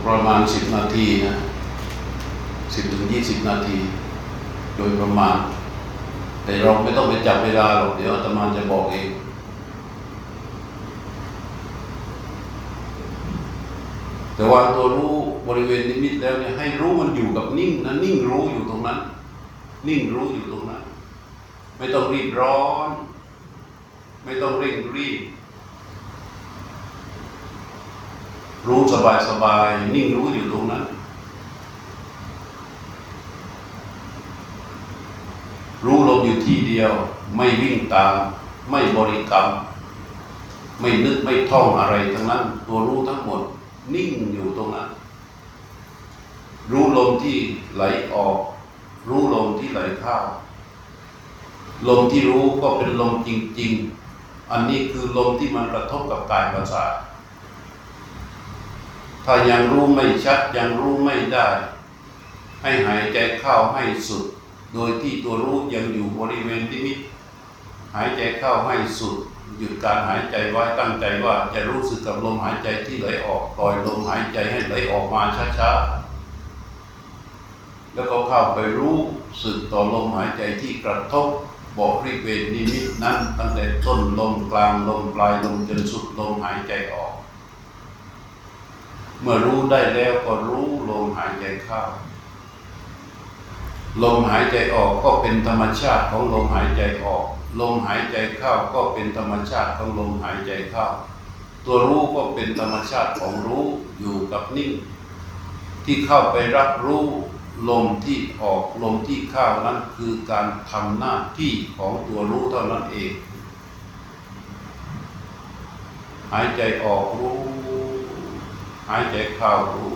ประมาณ10 นาทีนะ10 ถึง 20 นาทีโดยประมาณแต่เราไม่ต้องไปจับเวลาหรอกเดี๋ยวอาตมาจะบอกเองแต่ว่าตัวรู้บริเวณนิมิตแล้วเนี่ยให้รู้มันอยู่กับนิ่งนะนิ่งรู้อยู่ตรงนั้นนิ่งรู้อยู่ตรงนั้นไม่ต้องรีบร้อนไม่ต้องเร่งรีบรู้สบายๆนิ่งรู้อยู่ตรงนั้นรู้ลมอยู่ที่เดียวไม่วิ่งตามไม่บริกรรมไม่นึกไม่ท่องอะไรทั้งนั้นตัวรู้ทั้งหมดนิ่งอยู่ตรงนั้นรู้ลมที่ไหลออกรู้ลมที่ไหลเข้าลมที่รู้ก็เป็นลมจริงๆอันนี้คือลมที่มันกระทบกับกายประสาทถ้ายังรู้ไม่ชัดยังรู้ไม่ได้ให้หายใจเข้าให้สุดโดยที่ตัวรู้ยังอยู่บริเวณนิมิตหายใจเข้าให้สุดหยุดการหายใจไว้ตั้งใจว่าจะรู้สึกกับลมหายใจที่ไหลออกปล่อยลมหายใจให้ไหลออกมาช้าๆแล้วก็เข้าไปรู้สึกต่อลมหายใจที่กระทบบริเวณนิมิตนั้นตั้งแต่ต้นลมกลางลมปลายลมจนสุดลมหายใจออกเมื่อรู้ได้แล้วก็รู้ลมหายใจเข้าลมหายใจออกก็เป็นธรรมชาติของลมหายใจออกลมหายใจเข้าก็เป็นธรรมชาติของลมหายใจเข้าตัวรู้ก็เป็นธรรมชาติของรู้อยู่กับนิ่งที่เข้าไปรับรู้ลมที่ออกลมที่เข้านั้นคือการทำหน้าที่ของตัวรู้เท่านั้นเองหายใจออกรู้หายใจเข้ารู้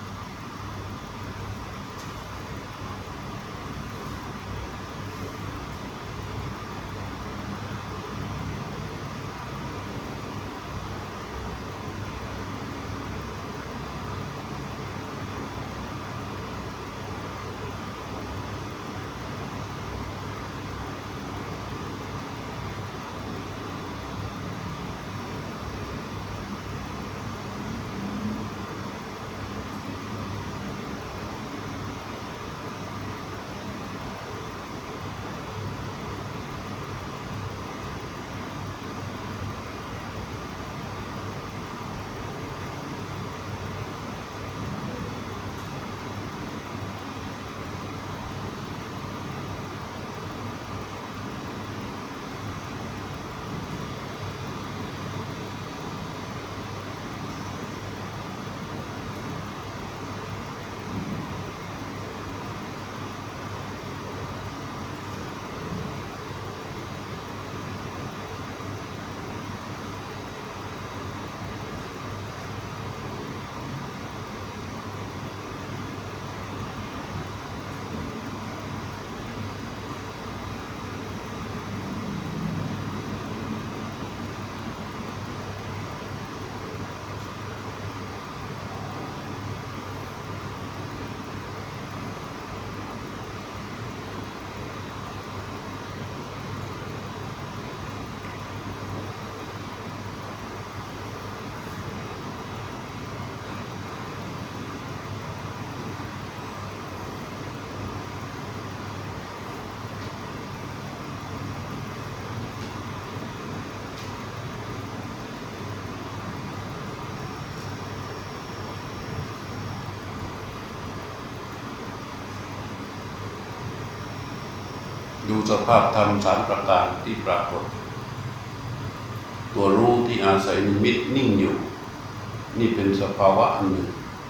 ดูสภาพธรรม3 ประการที่ปรากฏตัวรู้ที่อาศัยนิมิตนิ่งอยู่นี่เป็นสภาวะอันหนึ่ง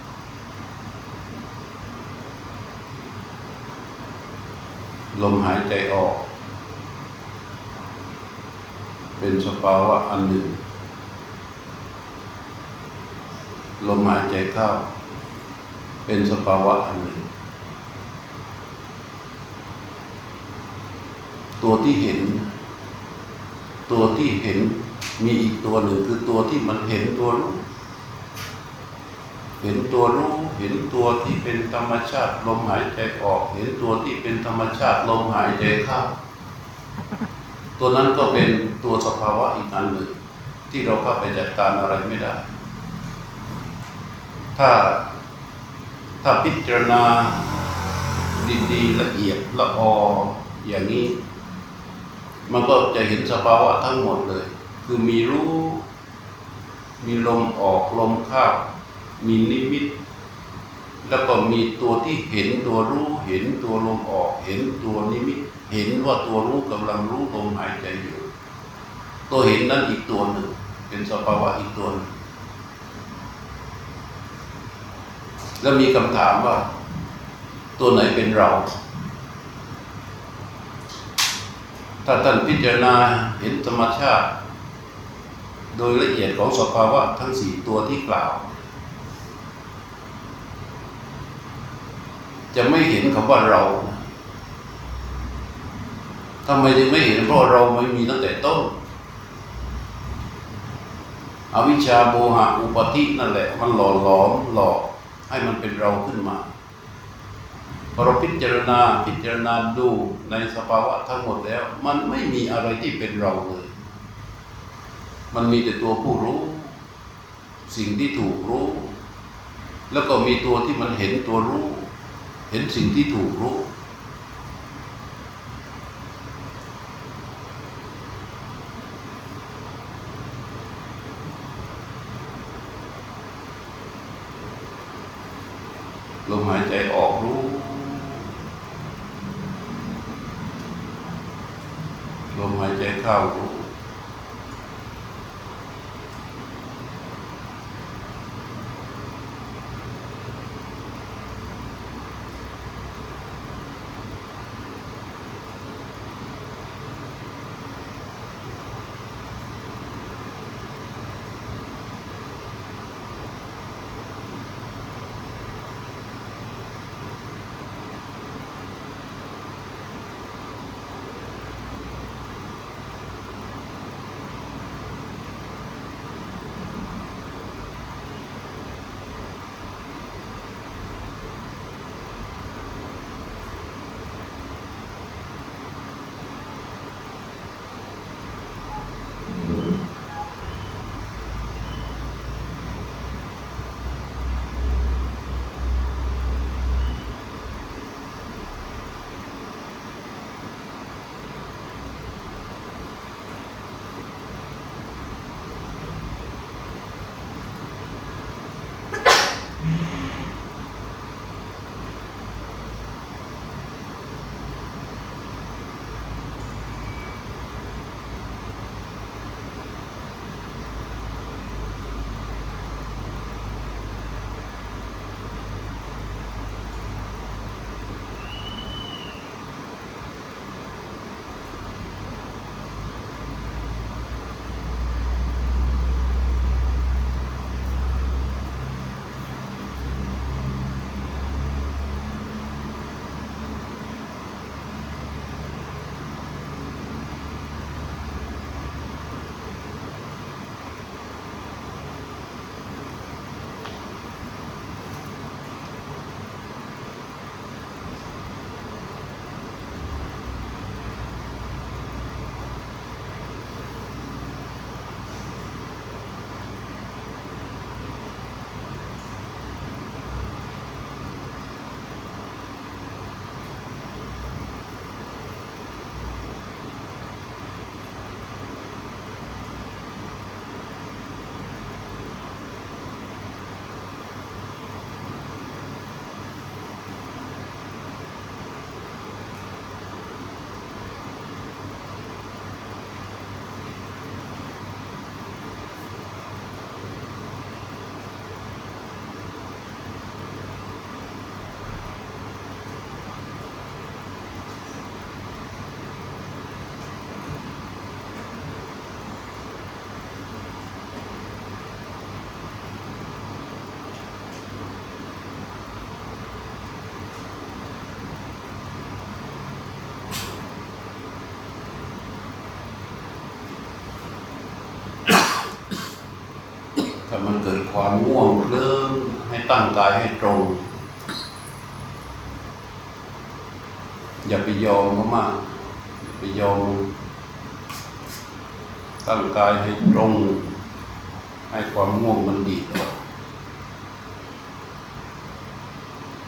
ลมหายใจออกเป็นสภาวะอันหนึ่งลมหายใจเข้าเป็นสภาวะอันหนึ่งตัวที่เห็นมีอีกตัวหนึ่งคือตัวที่มันเห็นตัวรู้เห็นตัวรู้เห็นตัวที่เป็นธรรมชาติลมหายใจออกเห็นตัวที่เป็นธรรมชาติลมหายใจเข้าตัวนั้นก็เป็นตัวสภาวะอีกอันหนึ่งที่เราเข้าไปจัดการอะไรไม่ได้ถ้าถ้าพิจารณาดีๆละเอียดละอออย่างนี้มันก็จะเห็นสภาวะทั้งหมดเลยคือมีรู้มีลมออกลมเข้ามีนิมิตแล้วก็มีตัวที่เห็นตัวรู้เห็นตัวลมออกเห็นตัวนิมิตเห็นว่าตัวรู้กำลังรู้ลมหายใจอยู่ตัวเห็นนั้นอีกตัวหนึ่งเป็นสภาวะอีกตัวหนึ่งแล้วมีคำถามว่าตัวไหนเป็นเราถ้าท่านพิจารณาเห็นธรรมชาติโดยละเอียดของสภาวะทั้งสี่ตัวที่กล่าวจะไม่เห็นคำว่าเราทำไมจึงไม่เห็นเพราะเราไม่มีตั้งแต่ต้นอวิชชาโมหะอุปาทินั่นแหละมันหล่อหลอมหลอกให้มันเป็นเราขึ้นมาพอเราพิจารณาดูในสภาวะทั้งหมดแล้วมันไม่มีอะไรที่เป็นเราเลยมันมีแต่ตัวผู้รู้สิ่งที่ถูกรู้แล้วก็มีตัวที่มันเห็นตัวรู้เห็นสิ่งที่ถูกรู้ลมหายใจออกรู้ลมหายใจเข้ารู้ถ้ามันเกิดความง่วงเคลิ้มให้ตั้งกายให้ตรงอย่าไปยอมเขามากไปยอมตั้งกายให้ตรงให้ความง่วงมันดีกว่า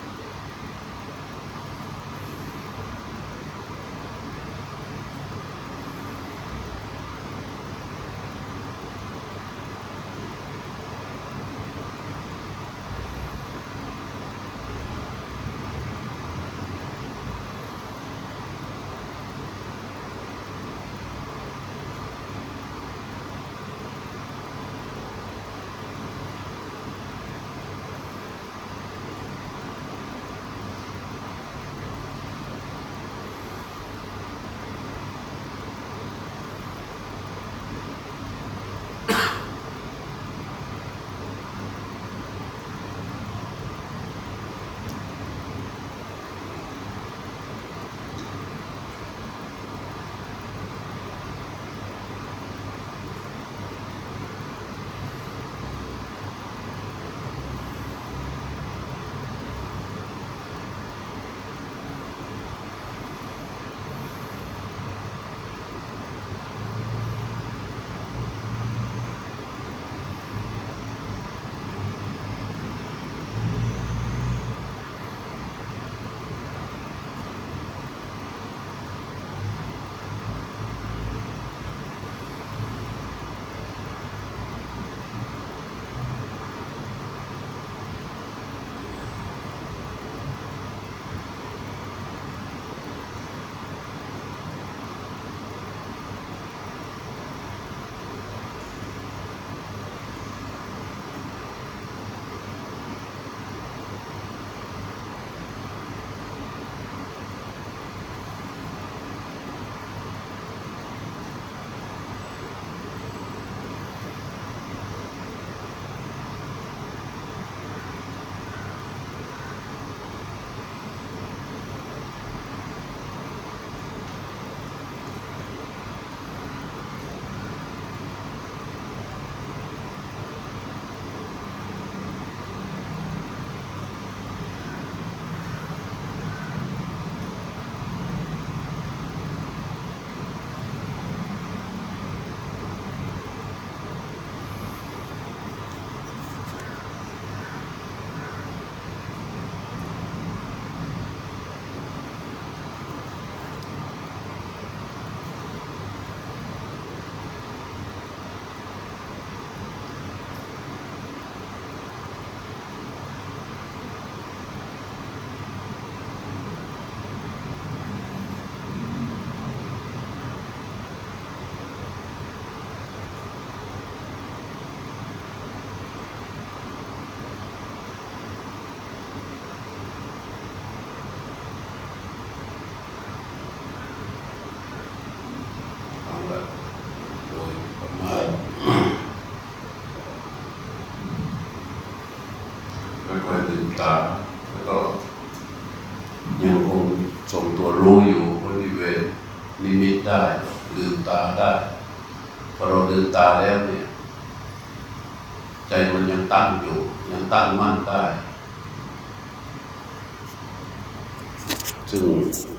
ตาแล้วก็ยังคงทรงตัวรู้อยู่บริเวณนิมิตได้ลืมตาได้พอเราลืมตาแล้วเนี่ยใจมันยังตั้งอยู่ยังตั้งมั่นได้ซึ่ง